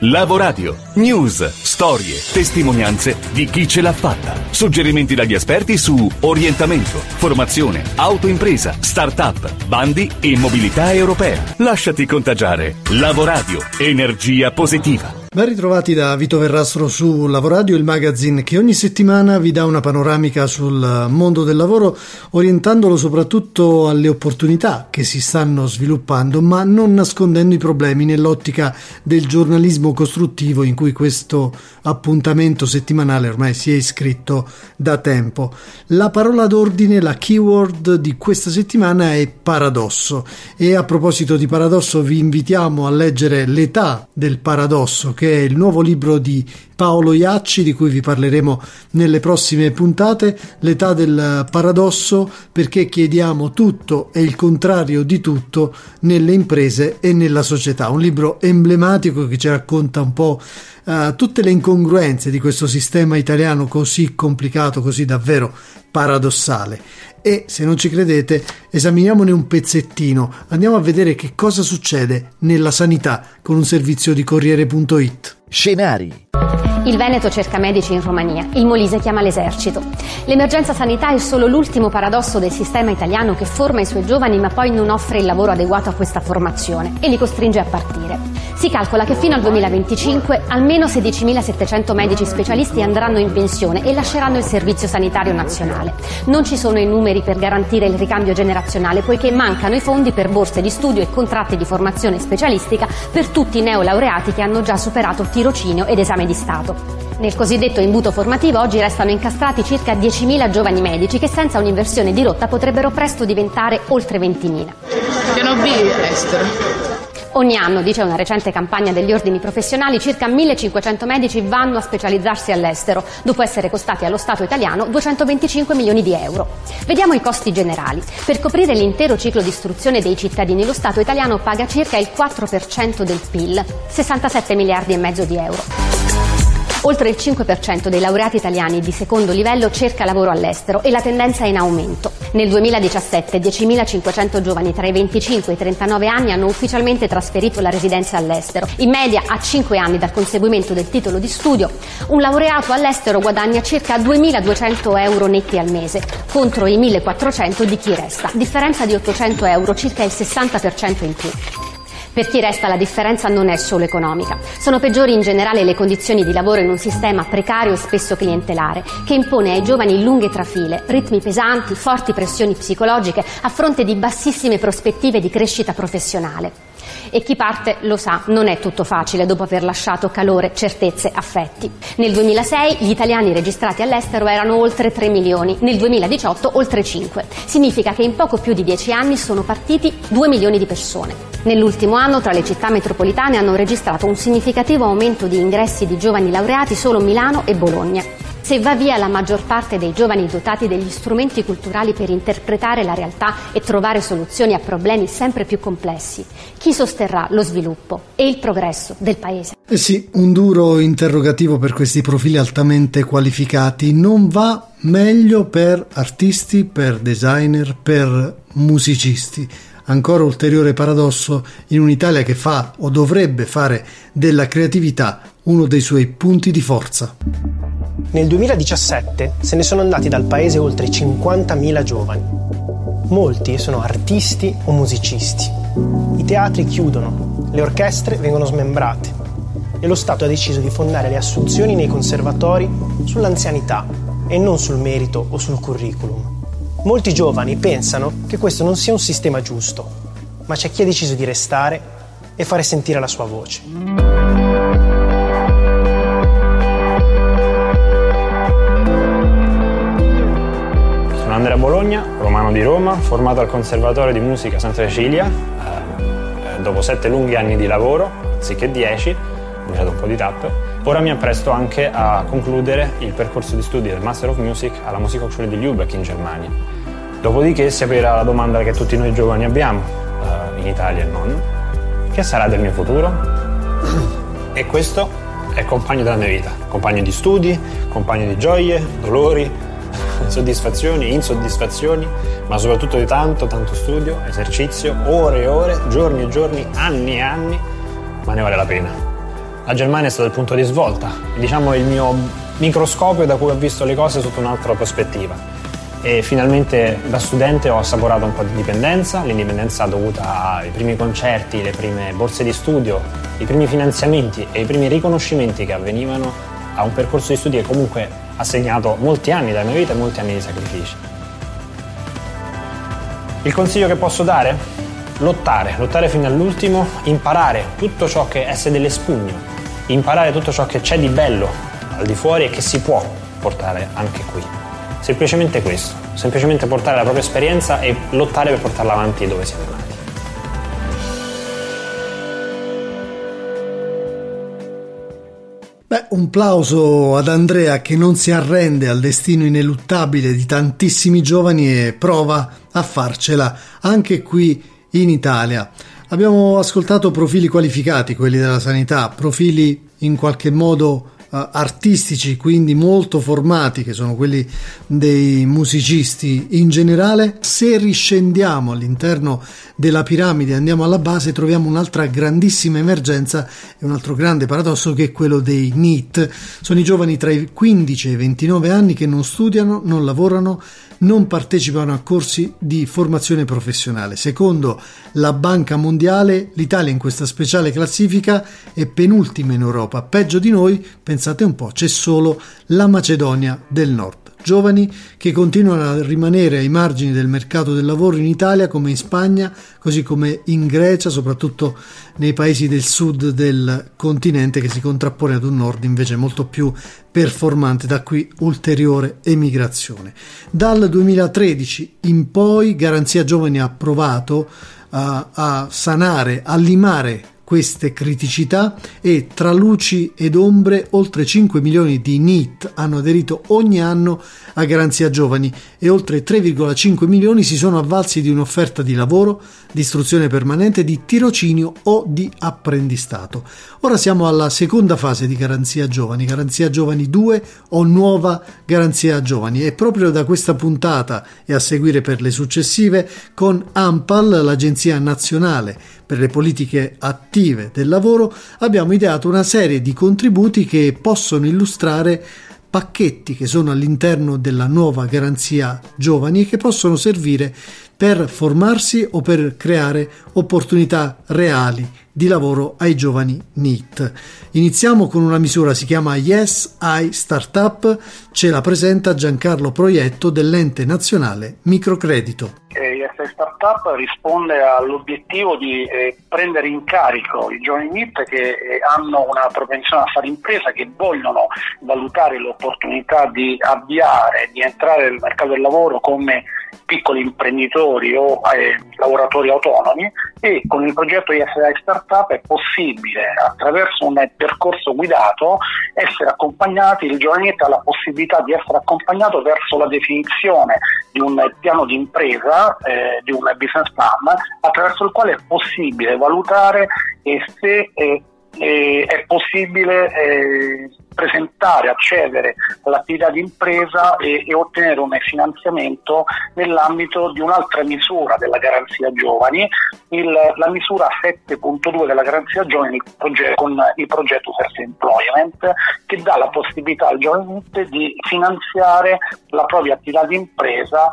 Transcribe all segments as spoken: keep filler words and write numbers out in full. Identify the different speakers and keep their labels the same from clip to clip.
Speaker 1: Lavoradio. News, storie, testimonianze di chi ce l'ha fatta. Suggerimenti dagli esperti su orientamento, formazione, autoimpresa, start-up, bandi e mobilità europea. Lasciati contagiare. Lavoradio. Energia positiva.
Speaker 2: Ben ritrovati da Vito Verrastro su Lavoradio, il magazine che ogni settimana vi dà una panoramica sul mondo del lavoro, orientandolo soprattutto alle opportunità che si stanno sviluppando, ma non nascondendo i problemi nell'ottica del giornalismo costruttivo in cui questo appuntamento settimanale ormai si è iscritto da tempo. La parola d'ordine, la keyword di questa settimana è paradosso, e a proposito di paradosso vi invitiamo a leggere L'età del paradosso, che è il nuovo libro di Paolo Iacci, di cui vi parleremo nelle prossime puntate. L'età del paradosso, perché chiediamo tutto e il contrario di tutto nelle imprese e nella società. Un libro emblematico che ci racconta un po' uh, tutte le incongruenze di questo sistema italiano così complicato, così davvero paradossale. E se non ci credete, esaminiamone un pezzettino. Andiamo a vedere che cosa succede nella sanità con un servizio di Corriere punto it.
Speaker 3: Scenari.
Speaker 4: Il Veneto cerca medici in Romania, il Molise chiama l'esercito. L'emergenza sanità è solo l'ultimo paradosso del sistema italiano che forma i suoi giovani ma poi non offre il lavoro adeguato a questa formazione e li costringe a partire. Si calcola che fino al duemilaventicinque almeno sedicimilasettecento medici specialisti andranno in pensione e lasceranno il servizio sanitario nazionale. Non ci sono i numeri per garantire il ricambio generazionale, poiché mancano i fondi per borse di studio e contratti di formazione specialistica per tutti i neolaureati che hanno già superato tirocinio ed esame di Stato. Nel cosiddetto imbuto formativo oggi restano incastrati circa diecimila giovani medici che senza un'inversione di rotta potrebbero presto diventare oltre ventimila.
Speaker 5: Piano B, estero.
Speaker 4: Ogni anno, dice una recente campagna degli ordini professionali, circa millecinquecento medici vanno a specializzarsi all'estero, dopo essere costati allo Stato italiano duecentoventicinque milioni di euro. Vediamo i costi generali. Per coprire l'intero ciclo di istruzione dei cittadini, lo Stato italiano paga circa il quattro per cento del P I L, sessantasette miliardi e mezzo di euro. Oltre il cinque per cento dei laureati italiani di secondo livello cerca lavoro all'estero e la tendenza è in aumento. Nel duemiladiciassette diecimilacinquecento giovani tra i venticinque e i trentanove anni hanno ufficialmente trasferito la residenza all'estero. In media, a cinque anni dal conseguimento del titolo di studio, un laureato all'estero guadagna circa duemiladuecento euro netti al mese, contro i millequattrocento di chi resta. Differenza di ottocento euro, circa il sessanta per cento in più. Per chi resta la differenza non è solo economica. Sono peggiori in generale le condizioni di lavoro in un sistema precario e spesso clientelare, che impone ai giovani lunghe trafile, ritmi pesanti, forti pressioni psicologiche a fronte di bassissime prospettive di crescita professionale. E chi parte lo sa, non è tutto facile dopo aver lasciato calore, certezze, affetti. Nel duemilasei gli italiani registrati all'estero erano oltre tre milioni, nel duemiladiciotto oltre cinque. Significa che in poco più di dieci anni sono partiti due milioni di persone. Nell'ultimo anno tra le città metropolitane hanno registrato un significativo aumento di ingressi di giovani laureati solo Milano e Bologna. Se va via la maggior parte dei giovani dotati degli strumenti culturali per interpretare la realtà e trovare soluzioni a problemi sempre più complessi, chi sosterrà lo sviluppo e il progresso del Paese?
Speaker 2: Eh sì, un duro interrogativo per questi profili altamente qualificati. Non va meglio per artisti, per designer, per musicisti. Ancora ulteriore paradosso in un'Italia che fa o dovrebbe fare della creatività uno dei suoi punti di forza.
Speaker 6: Nel duemiladiciassette se ne sono andati dal paese oltre cinquantamila giovani. Molti sono artisti o musicisti. I teatri chiudono, le orchestre vengono smembrate e lo Stato ha deciso di fondare le assunzioni nei conservatori sull'anzianità e non sul merito o sul curriculum. Molti giovani pensano che questo non sia un sistema giusto, ma c'è chi ha deciso di restare e fare sentire la sua voce.
Speaker 7: Sono Andrea Bologna, romano di Roma, formato al Conservatorio di Musica Santa Cecilia. Eh, dopo sette lunghi anni di lavoro, anziché dieci, ho bruciato un po' di tappe, ora mi appresto anche a concludere il percorso di studi del Master of Music alla Musikhochschule di Lübeck in Germania. Dopodiché si aprirà la domanda che tutti noi giovani abbiamo, uh, in Italia e non: che sarà del mio futuro? E questo è compagno della mia vita, compagno di studi, compagno di gioie, dolori, soddisfazioni, insoddisfazioni, ma soprattutto di tanto, tanto studio, esercizio, ore e ore, giorni e giorni, anni e anni, ma ne vale la pena. La Germania è stato il punto di svolta, diciamo il mio microscopio da cui ho visto le cose sotto un'altra prospettiva. E finalmente da studente ho assaporato un po' di indipendenza, l'indipendenza dovuta ai primi concerti, le prime borse di studio, i primi finanziamenti e i primi riconoscimenti che avvenivano a un percorso di studi che comunque ha segnato molti anni della mia vita e molti anni di sacrifici. Il consiglio che posso dare? Lottare, lottare fino all'ultimo, imparare tutto ciò che è dell'espugno, imparare tutto ciò che c'è di bello al di fuori e che si può portare anche qui. Semplicemente questo, semplicemente portare la propria esperienza e lottare per portarla avanti dove siamo nati.
Speaker 2: Beh, un plauso ad Andrea che non si arrende al destino ineluttabile di tantissimi giovani e prova a farcela anche qui in Italia. Abbiamo ascoltato profili qualificati, quelli della sanità, profili in qualche modo artistici, quindi molto formati, che sono quelli dei musicisti in generale. Se riscendiamo all'interno della piramide e andiamo alla base, troviamo un'altra grandissima emergenza e un altro grande paradosso, che è quello dei N E E T. Sono i giovani tra i quindici e i ventinove anni che non studiano, non lavorano, non partecipano a corsi di formazione professionale. Secondo la Banca Mondiale, l'Italia in questa speciale classifica è penultima in Europa. Peggio di noi, pensate un po', c'è solo la Macedonia del Nord. Giovani che continuano a rimanere ai margini del mercato del lavoro in Italia, come in Spagna, così come in Grecia, soprattutto nei paesi del sud del continente, che si contrappone ad un nord invece molto più performante. Da qui ulteriore emigrazione. Dal duemilatredici in poi Garanzia Giovani ha provato a, a sanare, a limare queste criticità, e tra luci ed ombre oltre cinque milioni di N E E T hanno aderito ogni anno a Garanzia Giovani e oltre tre virgola cinque milioni si sono avvalsi di un'offerta di lavoro, di istruzione permanente, di tirocinio o di apprendistato. Ora siamo alla seconda fase di Garanzia Giovani, Garanzia Giovani due o Nuova Garanzia Giovani, e proprio da questa puntata e a seguire per le successive con ANPAL, l'Agenzia Nazionale per le Politiche Attive del Lavoro, abbiamo ideato una serie di contributi che possono illustrare pacchetti che sono all'interno della Nuova Garanzia Giovani e che possono servire per formarsi o per creare opportunità reali di lavoro ai giovani N E E T. Iniziamo con una misura, si chiama Yes I Startup, ce la presenta Giancarlo Proietto dell'Ente Nazionale Microcredito.
Speaker 3: Yes I Startup risponde all'obiettivo di eh, prendere in carico i giovani N E E T che eh, hanno una propensione a fare impresa, che vogliono valutare l'opportunità di avviare, di entrare nel mercato del lavoro come piccoli imprenditori o eh, lavoratori autonomi, e con il progetto Yes I Startup è possibile, attraverso un percorso guidato, essere accompagnati. Il giovane N E E T ha la possibilità di essere accompagnato verso la definizione di un piano di impresa, eh, di un business plan, attraverso il quale è possibile valutare eh, se eh, eh, è possibile eh, presentare, accedere all'attività di impresa e, e ottenere un finanziamento nell'ambito di un'altra misura della Garanzia Giovani, il, la misura sette punto due della Garanzia Giovani, il progetto, con il progetto First Employment, che dà la possibilità al giovane di finanziare la propria attività di impresa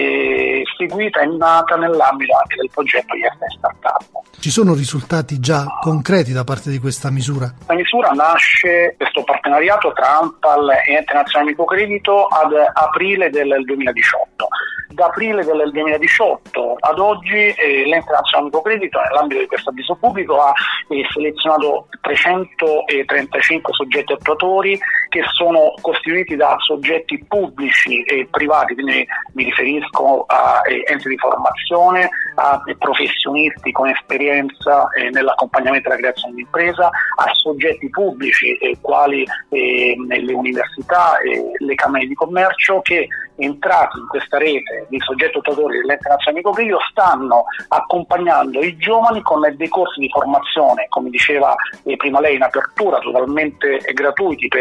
Speaker 3: eh, seguita e nata nell'ambito anche del progetto Yes I Startup.
Speaker 2: Ci sono risultati già concreti da parte di questa misura?
Speaker 3: La misura nasce, questo partenariato tra ANPAL e Ente Nazionale Microcredito, ad aprile del duemiladiciotto. Da aprile del duemiladiciotto ad oggi eh, l'Ente Nazionale Microcredito, nell'ambito di questo avviso pubblico, ha eh, selezionato trecentotrentacinque soggetti attuatori, che sono costituiti da soggetti pubblici e privati, quindi mi riferisco a eh, enti di formazione, a eh, professionisti con esperienza eh, nell'accompagnamento alla creazione di impresa, a soggetti pubblici eh, quali eh, le università e le camere di commercio, che entrati in questa rete di soggetti attuatori dell'Ente Nazionale Microcredito stanno accompagnando i giovani con dei corsi di formazione, come diceva eh, prima lei in apertura, totalmente gratuiti per i giovani,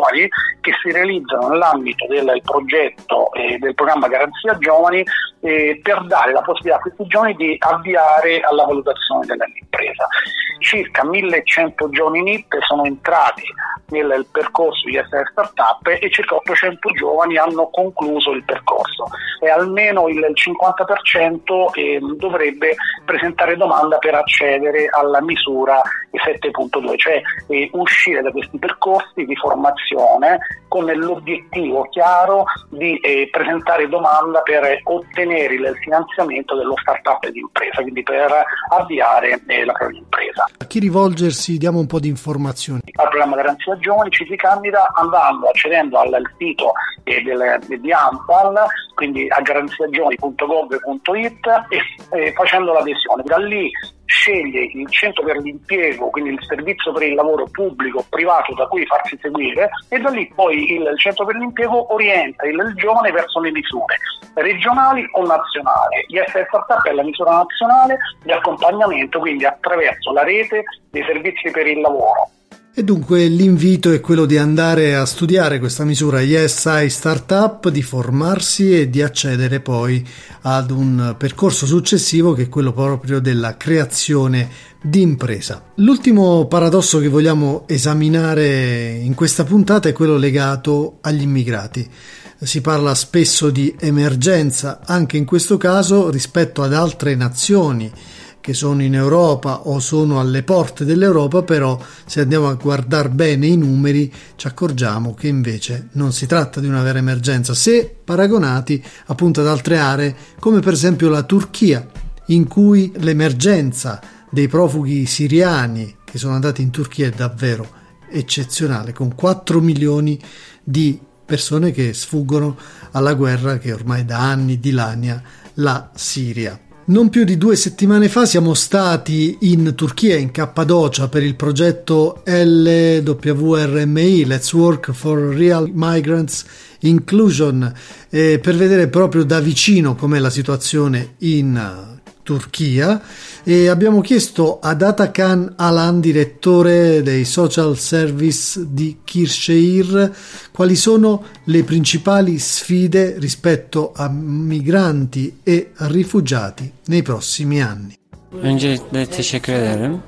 Speaker 3: giovani che si realizzano nell'ambito del progetto e del programma Garanzia Giovani eh, per dare la possibilità a questi giovani di avviare alla valutazione dell'impresa. Circa millecento giovani N I P sono entrati nel percorso di essere startup e circa ottocento giovani hanno concluso il percorso e almeno il cinquanta per cento eh, dovrebbe presentare domanda per accedere alla misura sette punto due, cioè eh, uscire da questi percorsi di formazione con l'obiettivo chiaro di eh, presentare domanda per ottenere il finanziamento dello startup di impresa, quindi per avviare eh, la propria impresa.
Speaker 2: A chi rivolgersi? Diamo un po' di informazioni.
Speaker 3: Al programma Garanzia Giovani ci si candida andando, accedendo al, al sito eh, del, di ANPAL, quindi a garanziagiovani punto gov punto it e eh, facendo l'adesione. Da lì sceglie il centro per l'impiego, quindi il servizio per il lavoro pubblico privato da cui farsi seguire, e da lì poi il centro per l'impiego orienta il, il giovane verso le misure regionali o nazionali. I S S Startup è la misura nazionale di accompagnamento, quindi attraverso la rete dei servizi per il lavoro.
Speaker 2: E dunque l'invito è quello di andare a studiare questa misura Yes I Startup, di formarsi e di accedere poi ad un percorso successivo che è quello proprio della creazione di impresa. L'ultimo paradosso che vogliamo esaminare in questa puntata è quello legato agli immigrati. Si parla spesso di emergenza anche in questo caso rispetto ad altre nazioni che sono in Europa o sono alle porte dell'Europa, però se andiamo a guardare bene i numeri ci accorgiamo che invece non si tratta di una vera emergenza se paragonati appunto ad altre aree come per esempio la Turchia, in cui l'emergenza dei profughi siriani che sono andati in Turchia è davvero eccezionale, con quattro milioni di persone che sfuggono alla guerra che ormai da anni dilania la Siria. Non più di due settimane fa siamo stati in Turchia, in Cappadocia, per il progetto L W R M I, Let's Work for Real Migrants Inclusion, eh, per vedere proprio da vicino com'è la situazione in Turchia, e abbiamo chiesto ad Atakan Alan, direttore dei social service di Kırşehir, quali sono le principali sfide rispetto a migranti e rifugiati nei prossimi anni.
Speaker 8: Öncelikle teşekkür ederim.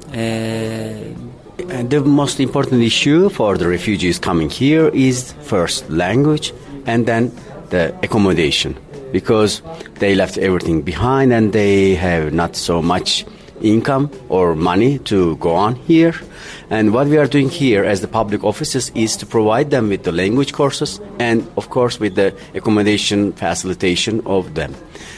Speaker 8: Ee, the most important issue for the refugees coming here is first language and then the accommodation, because they left everything behind and they have not so much income or money to go on here. And what we are doing here as the public offices is to provide them with the language courses and of course with the accommodation facilitation of them.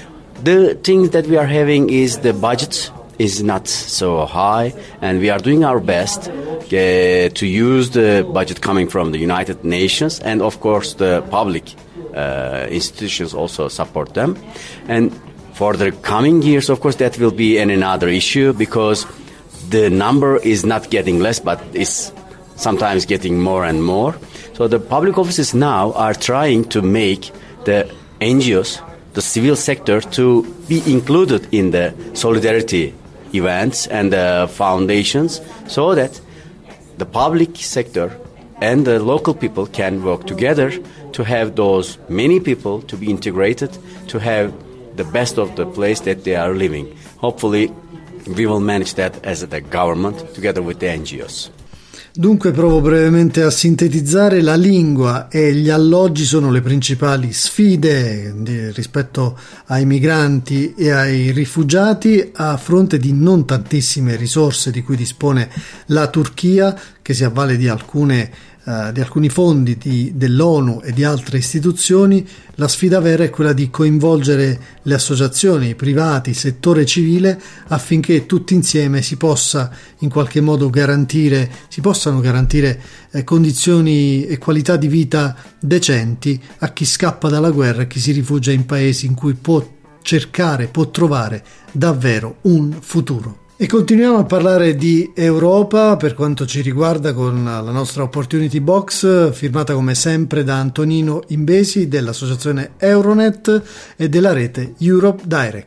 Speaker 8: The thing that we are having is the budget is not so high, and we are doing our best uh, to use the budget coming from the United Nations, and of course the public uh, institutions also support them. And for the coming years, of course, that will be an another issue, because the number is not getting less, but is sometimes getting more and more. So the public offices now are trying to make the N G Os, the civil sector, to be included in the solidarity events and the foundations, so that the public sector and the local people can work together to have those many people to be integrated, to have the best of the place that they are living. Hopefully we will manage that as the government together with the N G Os.
Speaker 2: Dunque provo brevemente a sintetizzare: la lingua e gli alloggi sono le principali sfide rispetto ai migranti e ai rifugiati, a fronte di non tantissime risorse di cui dispone la Turchia, che si avvale di alcune Uh, di alcuni fondi di, dell'ONU e di altre istituzioni. La sfida vera è quella di coinvolgere le associazioni, i privati, il settore civile, affinché tutti insieme si possa in qualche modo garantire, si possano garantire eh, condizioni e qualità di vita decenti a chi scappa dalla guerra e chi si rifugia in paesi in cui può cercare, può trovare davvero un futuro. E continuiamo a parlare di Europa per quanto ci riguarda con la nostra Opportunity Box, firmata come sempre da Antonino Imbesi dell'associazione Euronet e della rete Europe Direct.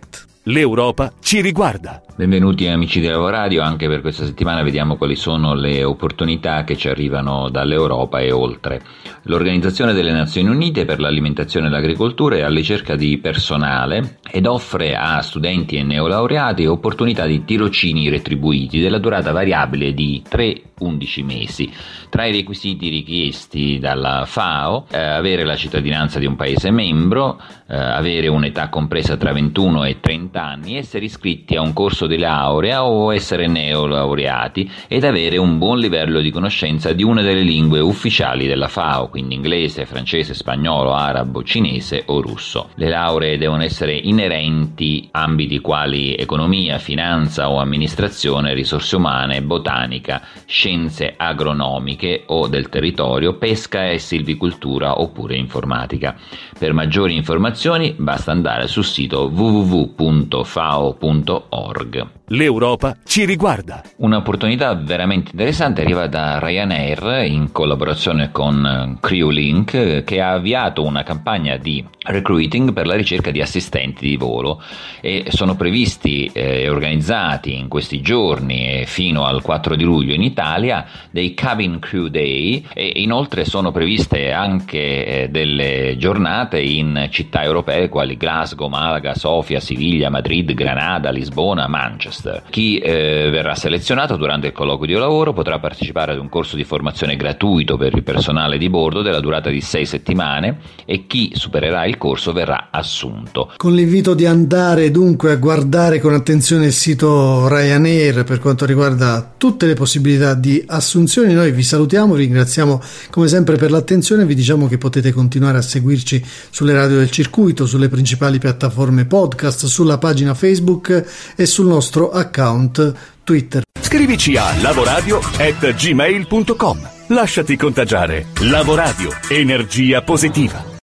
Speaker 1: L'Europa ci riguarda.
Speaker 9: Benvenuti amici di Lavoradio, anche per questa settimana vediamo quali sono le opportunità che ci arrivano dall'Europa e oltre. L'Organizzazione delle Nazioni Unite per l'Alimentazione e l'Agricoltura è alla ricerca di personale ed offre a studenti e neolaureati opportunità di tirocini retribuiti della durata variabile di tre undici mesi. Tra i requisiti richiesti dalla FAO, eh, avere la cittadinanza di un paese membro, eh, avere un'età compresa tra ventuno e trenta anni, essere iscritti a un corso di laurea o essere neolaureati ed avere un buon livello di conoscenza di una delle lingue ufficiali della FAO, quindi inglese, francese, spagnolo, arabo, cinese o russo. Le lauree devono essere inerenti a ambiti quali economia, finanza o amministrazione, risorse umane, botanica, scienze agronomiche o del territorio, pesca e silvicoltura oppure informatica. Per maggiori informazioni basta andare sul sito w w w punto fao punto org.
Speaker 1: L'Europa ci riguarda.
Speaker 9: Un'opportunità veramente interessante arriva da Ryanair in collaborazione con CrewLink, che ha avviato una campagna di recruiting per la ricerca di assistenti di volo e sono previsti e eh, organizzati in questi giorni e fino al quattro di luglio in Italia dei Cabin Crew Day e inoltre sono previste anche eh, delle giornate in città europee quali Glasgow, Malaga, Sofia, Siviglia, Madrid, Granada, Lisbona, Manchester. Chi eh, verrà selezionato durante il colloquio di lavoro potrà partecipare ad un corso di formazione gratuito per il personale di bordo della durata di sei settimane e chi supererà il corso verrà assunto.
Speaker 2: Con l'invito di andare dunque a guardare con attenzione il sito Ryanair per quanto riguarda tutte le possibilità di assunzioni, noi vi salutiamo, vi ringraziamo come sempre per l'attenzione, vi diciamo che potete continuare a seguirci sulle radio del circuito, sulle principali piattaforme podcast, sulla pagina Facebook e sul nostro account Twitter.
Speaker 1: Scrivici a lavoradio at gmail punto com. Lasciati contagiare. Lavoradio, energia positiva.